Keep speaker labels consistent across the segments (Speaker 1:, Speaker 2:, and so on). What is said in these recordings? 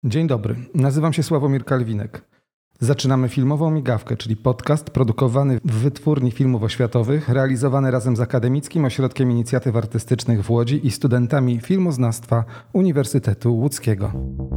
Speaker 1: Dzień dobry, nazywam się Sławomir Kalwinek. Zaczynamy Filmową Migawkę, czyli podcast produkowany w Wytwórni Filmów Oświatowych, realizowany razem z Akademickim Ośrodkiem Inicjatyw Artystycznych w Łodzi i studentami filmoznawstwa Uniwersytetu Łódzkiego.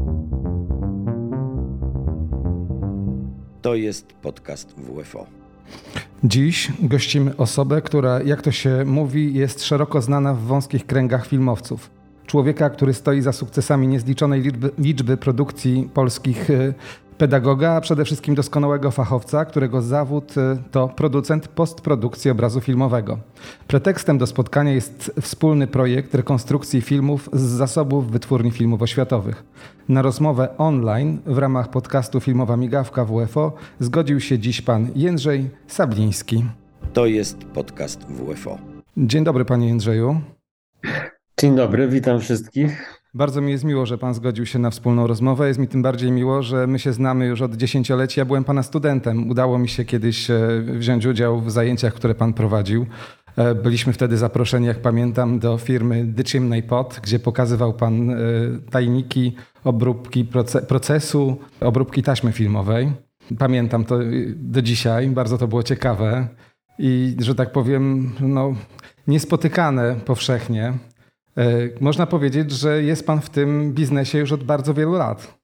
Speaker 2: To jest podcast WFO.
Speaker 1: Dziś gościmy osobę, która, jak to się mówi, jest szeroko znana w wąskich kręgach filmowców. Człowieka, który stoi za sukcesami niezliczonej liczby produkcji polskich, pedagoga, a przede wszystkim doskonałego fachowca, którego zawód to producent postprodukcji obrazu filmowego. Pretekstem do spotkania jest wspólny projekt rekonstrukcji filmów z zasobów Wytwórni Filmów Oświatowych. Na rozmowę online w ramach podcastu Filmowa Migawka WFO zgodził się dziś pan Jędrzej Sabliński.
Speaker 2: To jest podcast WFO.
Speaker 1: Dzień dobry, panie Jędrzeju.
Speaker 3: Dzień dobry, witam wszystkich.
Speaker 1: Bardzo mi jest miło, że pan zgodził się na wspólną rozmowę. Jest mi tym bardziej miło, że my się znamy już od dziesięcioleci. Ja byłem pana studentem. Udało mi się kiedyś wziąć udział w zajęciach, które pan prowadził. Byliśmy wtedy zaproszeni, jak pamiętam, do firmy The Chimney Pot, gdzie pokazywał pan tajniki obróbki procesu, obróbki taśmy filmowej. Pamiętam to do dzisiaj. Bardzo to było ciekawe i, że tak powiem, niespotykane powszechnie. Można powiedzieć, że jest pan w tym biznesie już od bardzo wielu lat.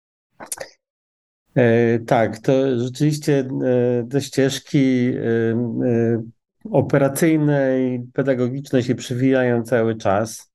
Speaker 3: Tak, to rzeczywiście te ścieżki operacyjne i pedagogiczne się przewijają cały czas,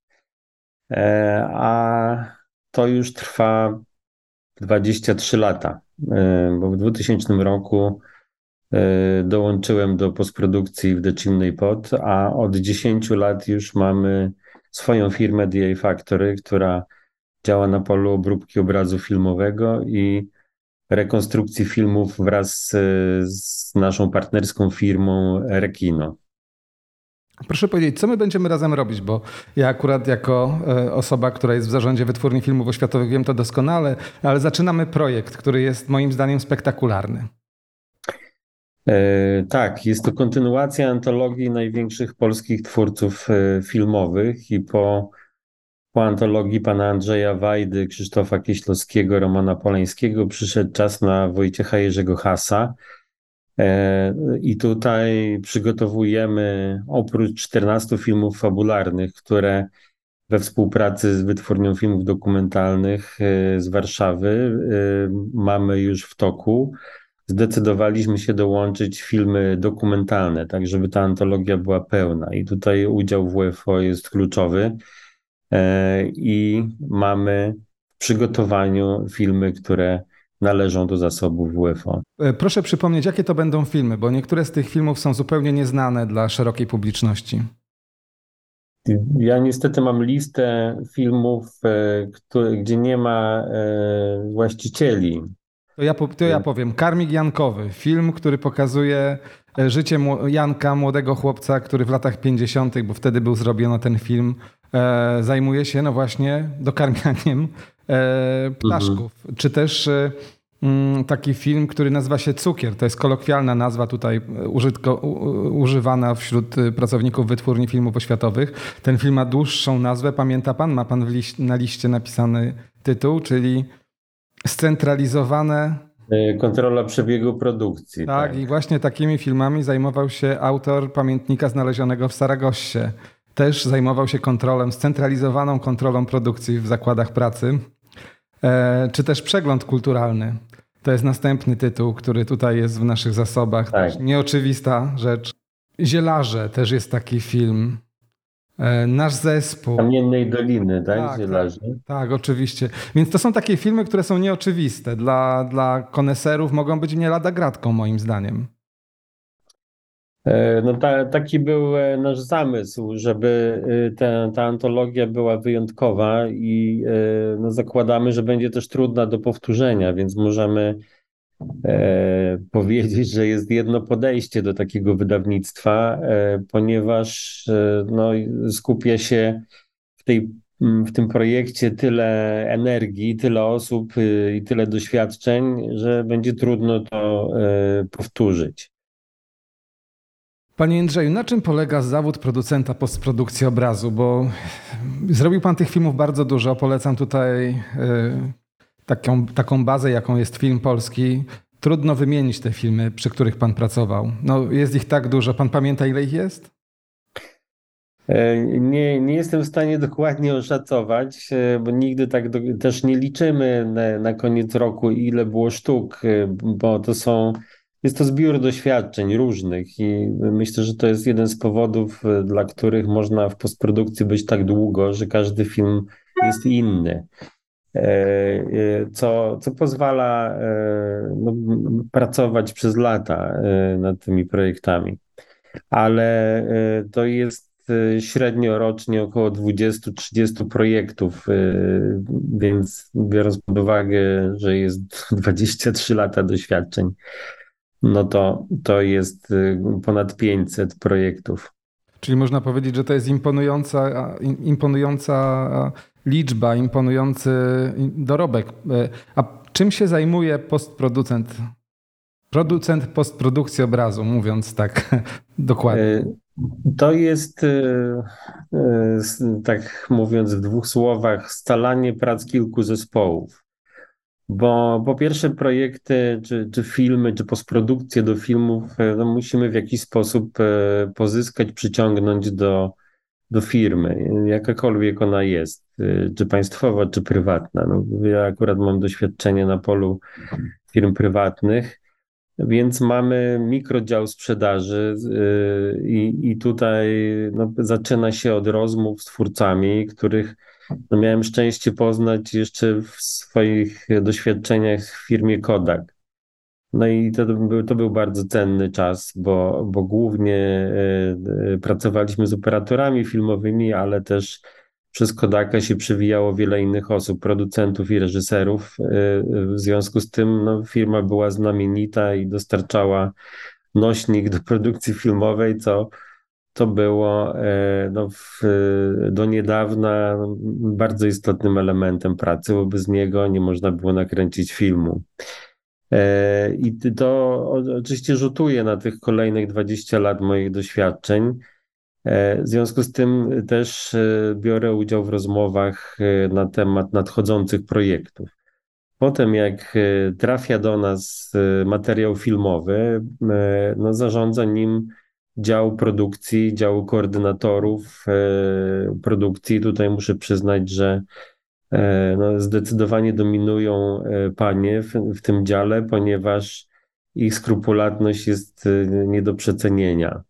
Speaker 3: a to już trwa 23 lata, bo w 2000 roku dołączyłem do postprodukcji w The Chimney Pot, a od 10 lat już mamy swoją firmę DA Factory, która działa na polu obróbki obrazu filmowego i rekonstrukcji filmów wraz z naszą partnerską firmą Rekino.
Speaker 1: Proszę powiedzieć, co my będziemy razem robić, bo ja akurat jako osoba, która jest w zarządzie Wytwórni Filmów Oświatowych wiem to doskonale, ale zaczynamy projekt, który jest moim zdaniem spektakularny.
Speaker 3: Tak, jest to kontynuacja antologii największych polskich twórców filmowych i po antologii pana Andrzeja Wajdy, Krzysztofa Kieślowskiego, Romana Polańskiego przyszedł czas na Wojciecha Jerzego Hasa. I tutaj przygotowujemy oprócz 14 filmów fabularnych, które we współpracy z Wytwórnią Filmów Dokumentalnych z Warszawy mamy już w toku. Zdecydowaliśmy się dołączyć filmy dokumentalne, tak żeby ta antologia była pełna. I tutaj udział WFO jest kluczowy i mamy w przygotowaniu filmy, które należą do zasobów WFO.
Speaker 1: Proszę przypomnieć, jakie to będą filmy, bo niektóre z tych filmów są zupełnie nieznane dla szerokiej publiczności.
Speaker 3: Ja niestety mam listę filmów, gdzie nie ma właścicieli.
Speaker 1: To ja powiem. Karmik Jankowy. Film, który pokazuje życie Janka, młodego chłopca, który w latach 50., bo wtedy był zrobiony ten film, zajmuje się właśnie dokarmianiem ptaszków. Czy też taki film, który nazywa się Cukier. To jest kolokwialna nazwa tutaj używana wśród pracowników Wytwórni Filmów Oświatowych. Ten film ma dłuższą nazwę. Pamięta pan? Ma pan na liście napisany tytuł, czyli Scentralizowane...
Speaker 3: Kontrola przebiegu produkcji.
Speaker 1: Tak, i właśnie takimi filmami zajmował się autor Pamiętnika znalezionego w Saragossie. Też zajmował się scentralizowaną kontrolą produkcji w zakładach pracy. Czy też Przegląd kulturalny. To jest następny tytuł, który tutaj jest w naszych zasobach. Tak. Nieoczywista rzecz. Zielarze też jest taki film. Nasz zespół.
Speaker 3: Kamiennej Doliny, tak? Zielarze.
Speaker 1: Tak, oczywiście. Więc to są takie filmy, które są nieoczywiste. Dla koneserów mogą być nie lada gratką, moim zdaniem.
Speaker 3: Taki był nasz zamysł, żeby ta antologia była wyjątkowa i zakładamy, że będzie też trudna do powtórzenia, więc możemy powiedzieć, że jest jedno podejście do takiego wydawnictwa, ponieważ skupia się w tym projekcie tyle energii, tyle osób i tyle doświadczeń, że będzie trudno to powtórzyć.
Speaker 1: Panie Jędrzeju, na czym polega zawód producenta postprodukcji obrazu? Bo zrobił pan tych filmów bardzo dużo. Polecam tutaj taką bazę, jaką jest film polski, trudno wymienić te filmy, przy których pan pracował. No, jest ich tak dużo. Pan pamięta, ile ich jest?
Speaker 3: Nie jestem w stanie dokładnie oszacować, bo nigdy tak też nie liczymy na koniec roku, ile było sztuk, bo jest to zbiór doświadczeń różnych i myślę, że to jest jeden z powodów, dla których można w postprodukcji być tak długo, że każdy film jest inny. Co pozwala no, pracować przez lata nad tymi projektami. Ale to jest średnio rocznie około 20-30 projektów, więc biorąc pod uwagę, że jest 23 lata doświadczeń, no to jest ponad 500 projektów.
Speaker 1: Czyli można powiedzieć, że to jest imponująca liczba, imponujący dorobek. A czym się zajmuje postproducent? Producent postprodukcji obrazu, mówiąc tak dokładnie.
Speaker 3: To jest, tak mówiąc w dwóch słowach, scalanie prac kilku zespołów. Bo po pierwsze projekty, czy filmy, czy postprodukcje do filmów no musimy w jakiś sposób pozyskać, przyciągnąć do firmy, jakakolwiek ona jest, czy państwowa, czy prywatna. No, ja akurat mam doświadczenie na polu firm prywatnych, więc mamy mikrodział sprzedaży i tutaj no, zaczyna się od rozmów z twórcami, których no, miałem szczęście poznać jeszcze w swoich doświadczeniach w firmie Kodak. No i to był bardzo cenny czas, bo głównie pracowaliśmy z operatorami filmowymi, ale też przez Kodaka się przewijało wiele innych osób, producentów i reżyserów. W związku z tym no, firma była znamienita i dostarczała nośnik do produkcji filmowej, co było no, do niedawna bardzo istotnym elementem pracy, bo bez niego nie można było nakręcić filmu. I to oczywiście rzutuje na tych kolejnych 20 lat moich doświadczeń. W związku z tym też biorę udział w rozmowach na temat nadchodzących projektów. Potem jak trafia do nas materiał filmowy, no zarządza nim dział produkcji, dział koordynatorów produkcji. Tutaj muszę przyznać, że no zdecydowanie dominują panie w tym dziale, ponieważ ich skrupulatność jest nie do przecenienia.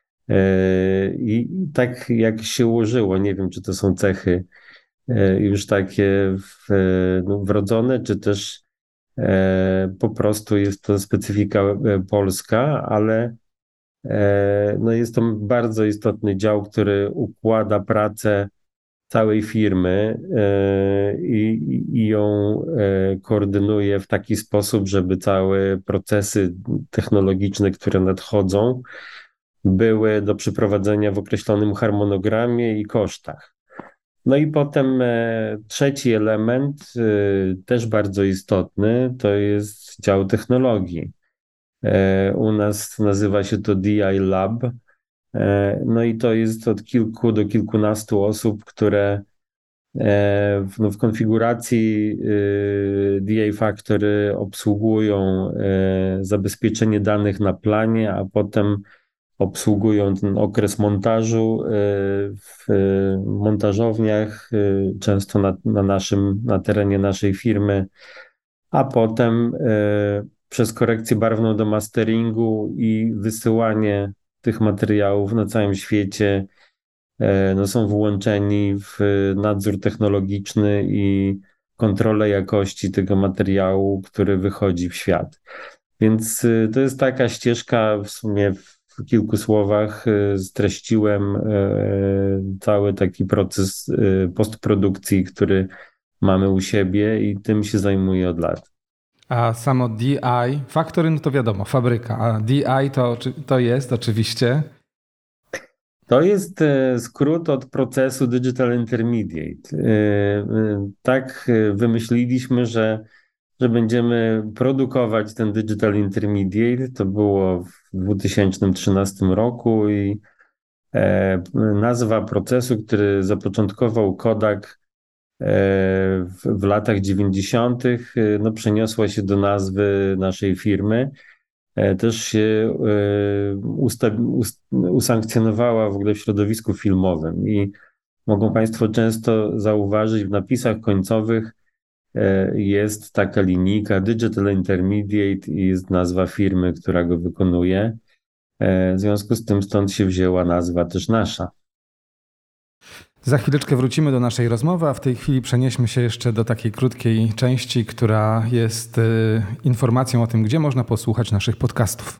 Speaker 3: I tak jak się ułożyło, nie wiem, czy to są cechy już takie wrodzone, czy też po prostu jest to specyfika polska, ale no jest to bardzo istotny dział, który układa pracę całej firmy i ją koordynuje w taki sposób, żeby całe procesy technologiczne, które nadchodzą, były do przeprowadzenia w określonym harmonogramie i kosztach. No i potem trzeci element, też bardzo istotny, to jest dział technologii. U nas nazywa się to DI Lab. No i to jest od kilku do kilkunastu osób, które w konfiguracji DI Factory obsługują zabezpieczenie danych na planie, a potem obsługują ten okres montażu w montażowniach, często na terenie naszej firmy, a potem przez korekcję barwną do masteringu i wysyłanie tych materiałów na całym świecie no, są włączeni w nadzór technologiczny i kontrolę jakości tego materiału, który wychodzi w świat. Więc to jest taka ścieżka, w sumie w kilku słowach streściłem cały taki proces postprodukcji, który mamy u siebie i tym się zajmuję od lat.
Speaker 1: A samo DI, Factory, no to wiadomo, fabryka, a DI to jest oczywiście...
Speaker 3: To jest skrót od procesu Digital Intermediate. Tak wymyśliliśmy, że będziemy produkować ten Digital Intermediate. To było w 2013 roku i nazwa procesu, który zapoczątkował Kodak, w latach 90. No, przeniosła się do nazwy naszej firmy. Też się usankcjonowała w ogóle w środowisku filmowym i mogą Państwo często zauważyć w napisach końcowych jest taka linijka Digital Intermediate i jest nazwa firmy, która go wykonuje. W związku z tym stąd się wzięła nazwa też nasza.
Speaker 1: Za chwileczkę wrócimy do naszej rozmowy, a w tej chwili przenieśmy się jeszcze do takiej krótkiej części, która jest informacją o tym, gdzie można posłuchać naszych podcastów.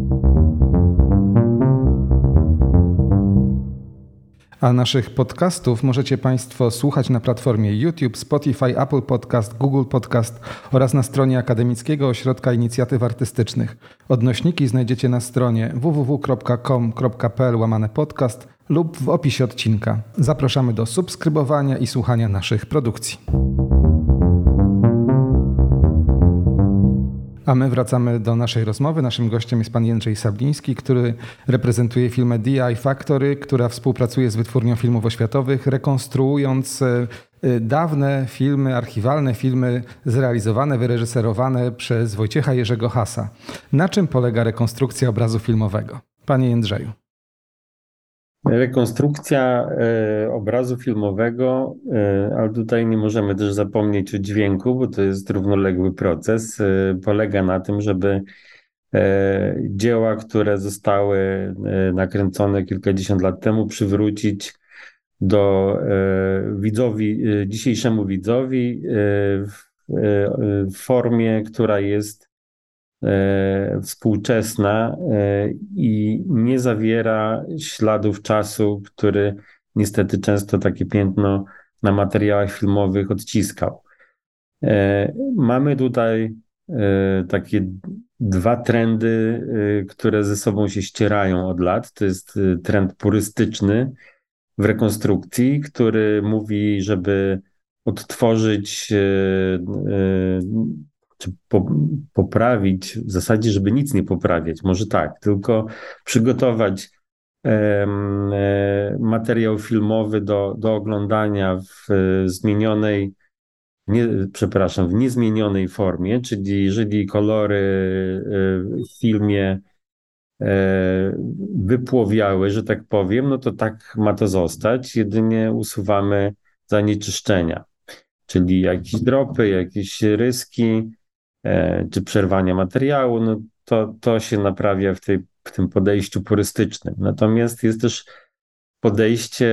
Speaker 1: A naszych podcastów możecie Państwo słuchać na platformie YouTube, Spotify, Apple Podcast, Google Podcast oraz na stronie Akademickiego Ośrodka Inicjatyw Artystycznych. Odnośniki znajdziecie na stronie www.com.pl/podcast lub w opisie odcinka. Zapraszamy do subskrybowania i słuchania naszych produkcji. A my wracamy do naszej rozmowy. Naszym gościem jest pan Jędrzej Sabliński, który reprezentuje firmę DI Factory, która współpracuje z Wytwórnią Filmów Oświatowych, rekonstruując dawne filmy, archiwalne filmy zrealizowane, wyreżyserowane przez Wojciecha Jerzego Hasa. Na czym polega rekonstrukcja obrazu filmowego? Panie Jędrzeju.
Speaker 3: Rekonstrukcja obrazu filmowego, ale tutaj nie możemy też zapomnieć o dźwięku, bo to jest równoległy proces. Polega na tym, żeby dzieła, które zostały nakręcone kilkadziesiąt lat temu, przywrócić do dzisiejszemu widzowi w formie, która jest współczesna i nie zawiera śladów czasu, który niestety często takie piętno na materiałach filmowych odciskał. Mamy tutaj takie dwa trendy, które ze sobą się ścierają od lat. To jest trend purystyczny w rekonstrukcji, który mówi, żeby odtworzyć czy poprawić, w zasadzie, żeby nic nie poprawiać, może tak, tylko przygotować materiał filmowy do oglądania w w niezmienionej formie, czyli jeżeli kolory w filmie wypłowiały, że tak powiem, no to tak ma to zostać, jedynie usuwamy zanieczyszczenia, czyli jakieś dropy, jakieś ryski, czy przerwania materiału, no to się naprawia w tym podejściu purystycznym. Natomiast jest też podejście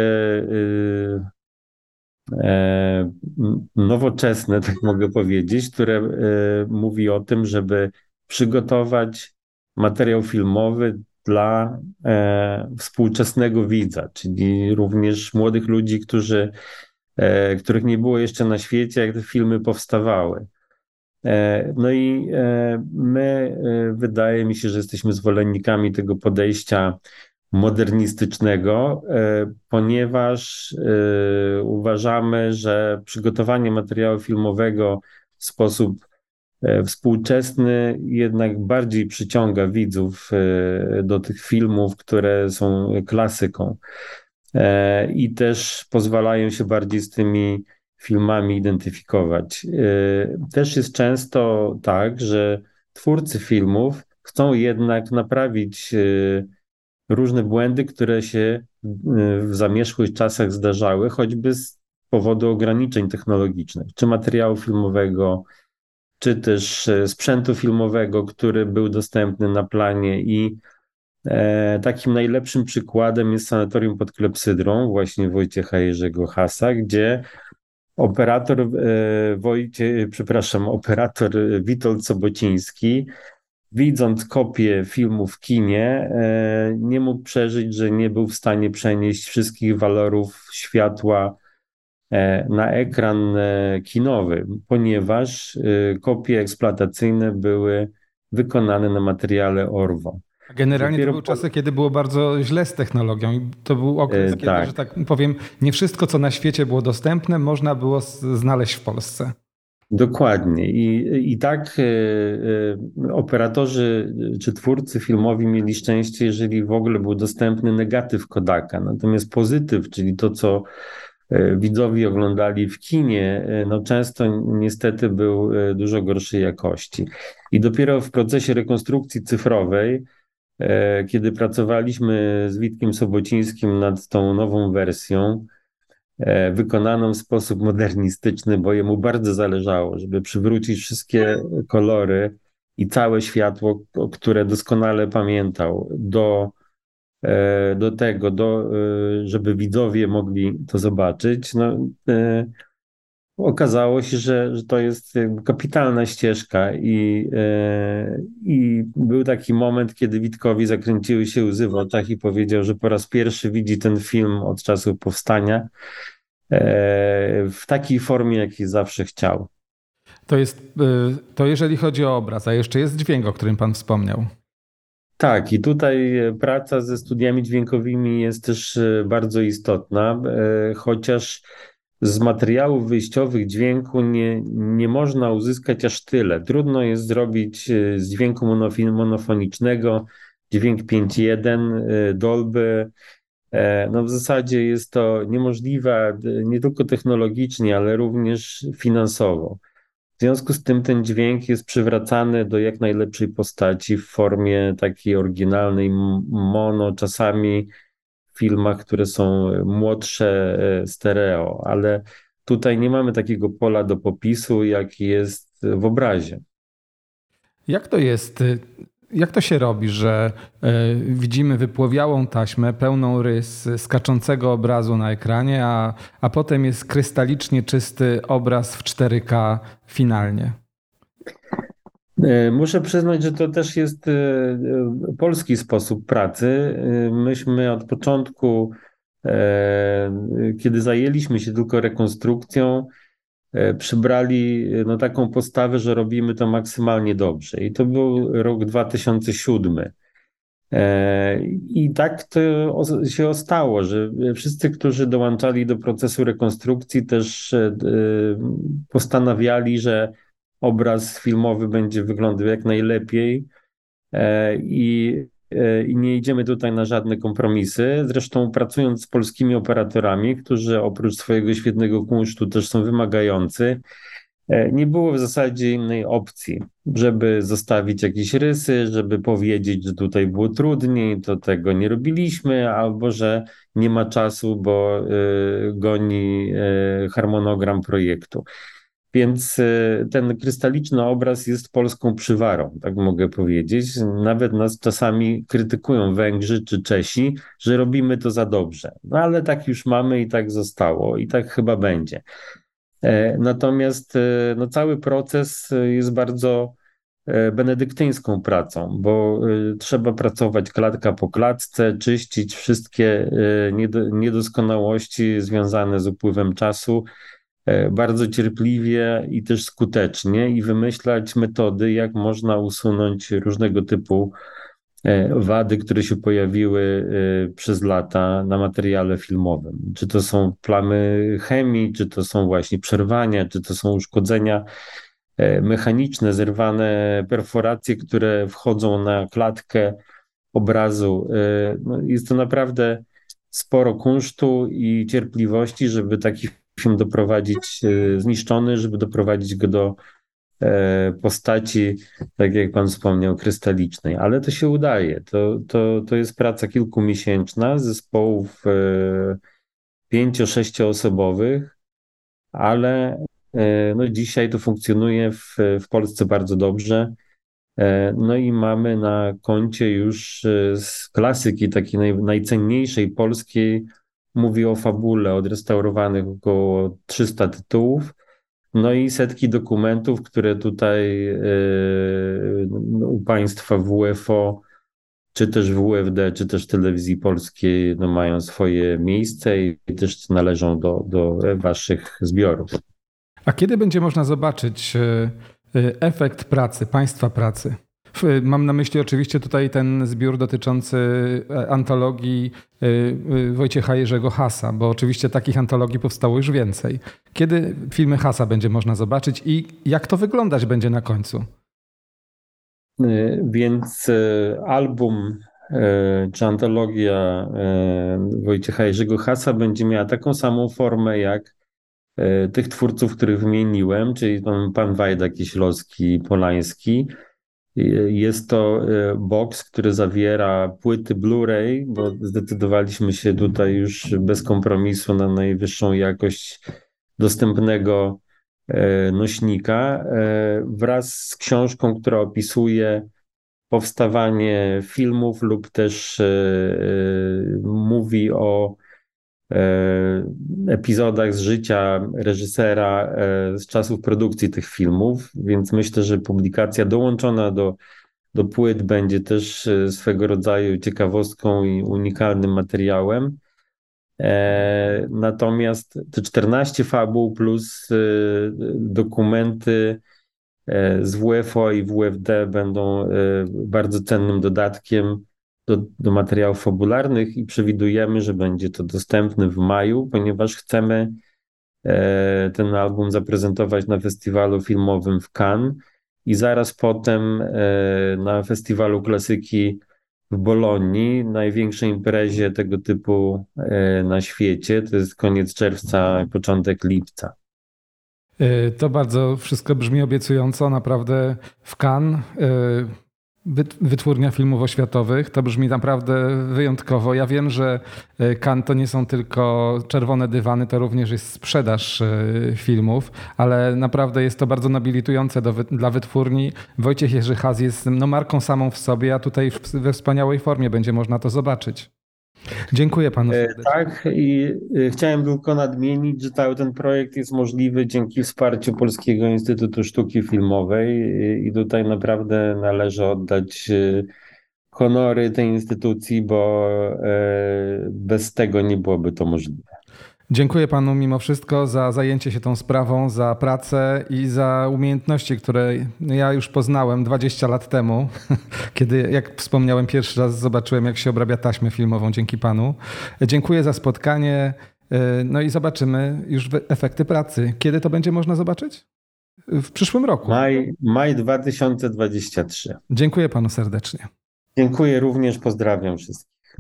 Speaker 3: nowoczesne, tak mogę powiedzieć, które mówi o tym, żeby przygotować materiał filmowy dla współczesnego widza, czyli również młodych ludzi, których nie było jeszcze na świecie, jak te filmy powstawały. No i my, wydaje mi się, że jesteśmy zwolennikami tego podejścia modernistycznego, ponieważ uważamy, że przygotowanie materiału filmowego w sposób współczesny jednak bardziej przyciąga widzów do tych filmów, które są klasyką i też pozwalają się bardziej z tymi filmami identyfikować. Też jest często tak, że twórcy filmów chcą jednak naprawić różne błędy, które się w zamierzchłych czasach zdarzały, choćby z powodu ograniczeń technologicznych, czy materiału filmowego, czy też sprzętu filmowego, który był dostępny na planie i takim najlepszym przykładem jest Sanatorium pod Klepsydrą, właśnie Wojciecha Jerzego Hasa, gdzie operator Witold Sobociński, widząc kopię filmu w kinie, nie mógł przeżyć, że nie był w stanie przenieść wszystkich walorów światła na ekran kinowy, ponieważ kopie eksploatacyjne były wykonane na materiale Orwo.
Speaker 1: Generalnie to były czasy, kiedy było bardzo źle z technologią i to był okres, kiedy, że tak powiem, nie wszystko, co na świecie było dostępne, można było znaleźć w Polsce.
Speaker 3: Dokładnie. I tak operatorzy czy twórcy filmowi mieli szczęście, jeżeli w ogóle był dostępny negatyw Kodaka. Natomiast pozytyw, czyli to, co widzowie oglądali w kinie, no często niestety był dużo gorszej jakości. I dopiero w procesie rekonstrukcji cyfrowej, kiedy pracowaliśmy z Witkiem Sobocińskim nad tą nową wersją, wykonaną w sposób modernistyczny, bo jemu bardzo zależało, żeby przywrócić wszystkie kolory i całe światło, które doskonale pamiętał, do tego, żeby widzowie mogli to zobaczyć. No, okazało się, że to jest jakby kapitalna ścieżka i był taki moment, kiedy Witkowi zakręciły się łzy w oczach i powiedział, że po raz pierwszy widzi ten film od czasu powstania w takiej formie, jakiej zawsze chciał.
Speaker 1: To jeżeli chodzi o obraz, a jeszcze jest dźwięk, o którym pan wspomniał.
Speaker 3: Tak, i tutaj praca ze studiami dźwiękowymi jest też bardzo istotna, chociaż z materiałów wyjściowych dźwięku nie można uzyskać aż tyle. Trudno jest zrobić z dźwięku monofonicznego dźwięk 5.1, Dolby. No w zasadzie jest to niemożliwe nie tylko technologicznie, ale również finansowo. W związku z tym ten dźwięk jest przywracany do jak najlepszej postaci w formie takiej oryginalnej mono, czasami w filmach, które są młodsze, stereo, ale tutaj nie mamy takiego pola do popisu, jak jest w obrazie.
Speaker 1: Jak to jest? Jak to się robi, że widzimy wypłowiałą taśmę pełną rys skaczącego obrazu na ekranie, a potem jest krystalicznie czysty obraz w 4K finalnie?
Speaker 3: Muszę przyznać, że to też jest polski sposób pracy. Myśmy od początku, kiedy zajęliśmy się tylko rekonstrukcją, przybrali no, taką postawę, że robimy to maksymalnie dobrze. I to był rok 2007. I tak to się stało, że wszyscy, którzy dołączali do procesu rekonstrukcji, też postanawiali, że obraz filmowy będzie wyglądał jak najlepiej i nie idziemy tutaj na żadne kompromisy. Zresztą pracując z polskimi operatorami, którzy oprócz swojego świetnego kunsztu też są wymagający, nie było w zasadzie innej opcji, żeby zostawić jakieś rysy, żeby powiedzieć, że tutaj było trudniej, to tego nie robiliśmy, albo że nie ma czasu, bo goni harmonogram projektu. Więc ten krystaliczny obraz jest polską przywarą, tak mogę powiedzieć. Nawet nas czasami krytykują Węgrzy czy Czesi, że robimy to za dobrze. No ale tak już mamy i tak zostało i tak chyba będzie. Natomiast no, cały proces jest bardzo benedyktyńską pracą, bo trzeba pracować klatka po klatce, czyścić wszystkie niedoskonałości związane z upływem czasu bardzo cierpliwie i też skutecznie i wymyślać metody, jak można usunąć różnego typu wady, które się pojawiły przez lata na materiale filmowym. Czy to są plamy chemii, czy to są właśnie przerwania, czy to są uszkodzenia mechaniczne, zerwane perforacje, które wchodzą na klatkę obrazu. No, jest to naprawdę sporo kunsztu i cierpliwości, żeby taki film doprowadzić zniszczony, żeby doprowadzić go do postaci, tak jak pan wspomniał, krystalicznej. Ale to się udaje. To jest praca kilkumiesięczna zespołów 5-6-osobowych, ale no dzisiaj to funkcjonuje w Polsce bardzo dobrze. No i mamy na koncie już z klasyki takiej najcenniejszej polskiej, mówię o fabule, odrestaurowanych około 300 tytułów, no i setki dokumentów, które tutaj u państwa w UFO, czy też w UFD, czy też Telewizji Polskiej no, mają swoje miejsce i też należą do waszych zbiorów.
Speaker 1: A kiedy będzie można zobaczyć efekt pracy, państwa pracy? Mam na myśli oczywiście tutaj ten zbiór dotyczący antologii Wojciecha Jerzego Hasa, bo oczywiście takich antologii powstało już więcej. Kiedy filmy Hasa będzie można zobaczyć i jak to wyglądać będzie na końcu?
Speaker 3: Więc album czy antologia Wojciecha Jerzego Hasa będzie miała taką samą formę jak tych twórców, których wymieniłem, czyli pan Wajda Kieślowski, Polański. Jest to box, który zawiera płyty Blu-ray, bo zdecydowaliśmy się tutaj już bez kompromisu na najwyższą jakość dostępnego nośnika, wraz z książką, która opisuje powstawanie filmów lub też mówi o epizodach z życia reżysera z czasów produkcji tych filmów, więc myślę, że publikacja dołączona do płyt będzie też swego rodzaju ciekawostką i unikalnym materiałem. Natomiast te 14 fabuł plus dokumenty z WFO i WFD będą bardzo cennym dodatkiem do materiałów fabularnych i przewidujemy, że będzie to dostępne w maju, ponieważ chcemy ten album zaprezentować na festiwalu filmowym w Cannes i zaraz potem na festiwalu klasyki w Bolonii, największej imprezie tego typu na świecie. To jest koniec czerwca, początek lipca.
Speaker 1: To bardzo wszystko brzmi obiecująco, naprawdę w Cannes. Wytwórnia filmów oświatowych, to brzmi naprawdę wyjątkowo. Ja wiem, że Cannes to nie są tylko czerwone dywany, to również jest sprzedaż filmów, ale naprawdę jest to bardzo nobilitujące dla wytwórni. Wojciech Jerzy Has jest marką samą w sobie, a tutaj we wspaniałej formie będzie można to zobaczyć. Dziękuję panu serdecznie.
Speaker 3: Tak, i chciałem tylko nadmienić, że cały ten projekt jest możliwy dzięki wsparciu Polskiego Instytutu Sztuki Filmowej i tutaj naprawdę należy oddać honory tej instytucji, bo bez tego nie byłoby to możliwe.
Speaker 1: Dziękuję panu mimo wszystko za zajęcie się tą sprawą, za pracę i za umiejętności, które ja już poznałem 20 lat temu, kiedy, jak wspomniałem, pierwszy raz zobaczyłem, jak się obrabia taśmę filmową dzięki panu. Dziękuję za spotkanie, no i zobaczymy już efekty pracy. Kiedy to będzie można zobaczyć? W przyszłym roku.
Speaker 3: Maj 2023.
Speaker 1: Dziękuję panu serdecznie.
Speaker 3: Dziękuję również, pozdrawiam wszystkich.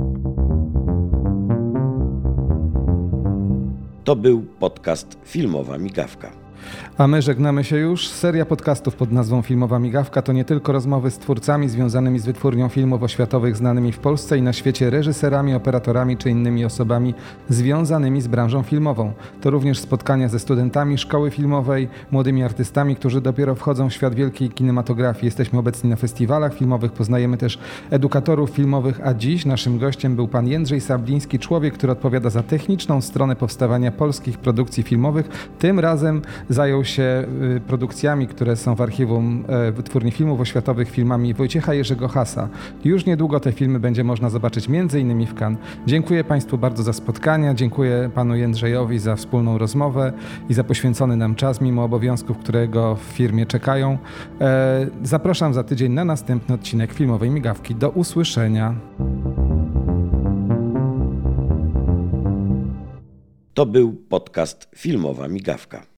Speaker 2: To był podcast Filmowa Migawka.
Speaker 1: A my żegnamy się już. Seria podcastów pod nazwą Filmowa Migawka to nie tylko rozmowy z twórcami związanymi z wytwórnią filmów oświatowych znanymi w Polsce i na świecie, reżyserami, operatorami czy innymi osobami związanymi z branżą filmową. To również spotkania ze studentami szkoły filmowej, młodymi artystami, którzy dopiero wchodzą w świat wielkiej kinematografii. Jesteśmy obecni na festiwalach filmowych, poznajemy też edukatorów filmowych, a dziś naszym gościem był pan Jędrzej Sabliński, człowiek, który odpowiada za techniczną stronę powstawania polskich produkcji filmowych. Tym razem zajął się produkcjami, które są w archiwum Wytwórni Filmów Oświatowych, filmami Wojciecha Jerzego Hasa. Już niedługo te filmy będzie można zobaczyć m.in. w Cannes. Dziękuję państwu bardzo za spotkania, dziękuję panu Jędrzejowi za wspólną rozmowę i za poświęcony nam czas, mimo obowiązków, które go w firmie czekają. Zapraszam za tydzień na następny odcinek Filmowej Migawki. Do usłyszenia.
Speaker 2: To był podcast Filmowa Migawka.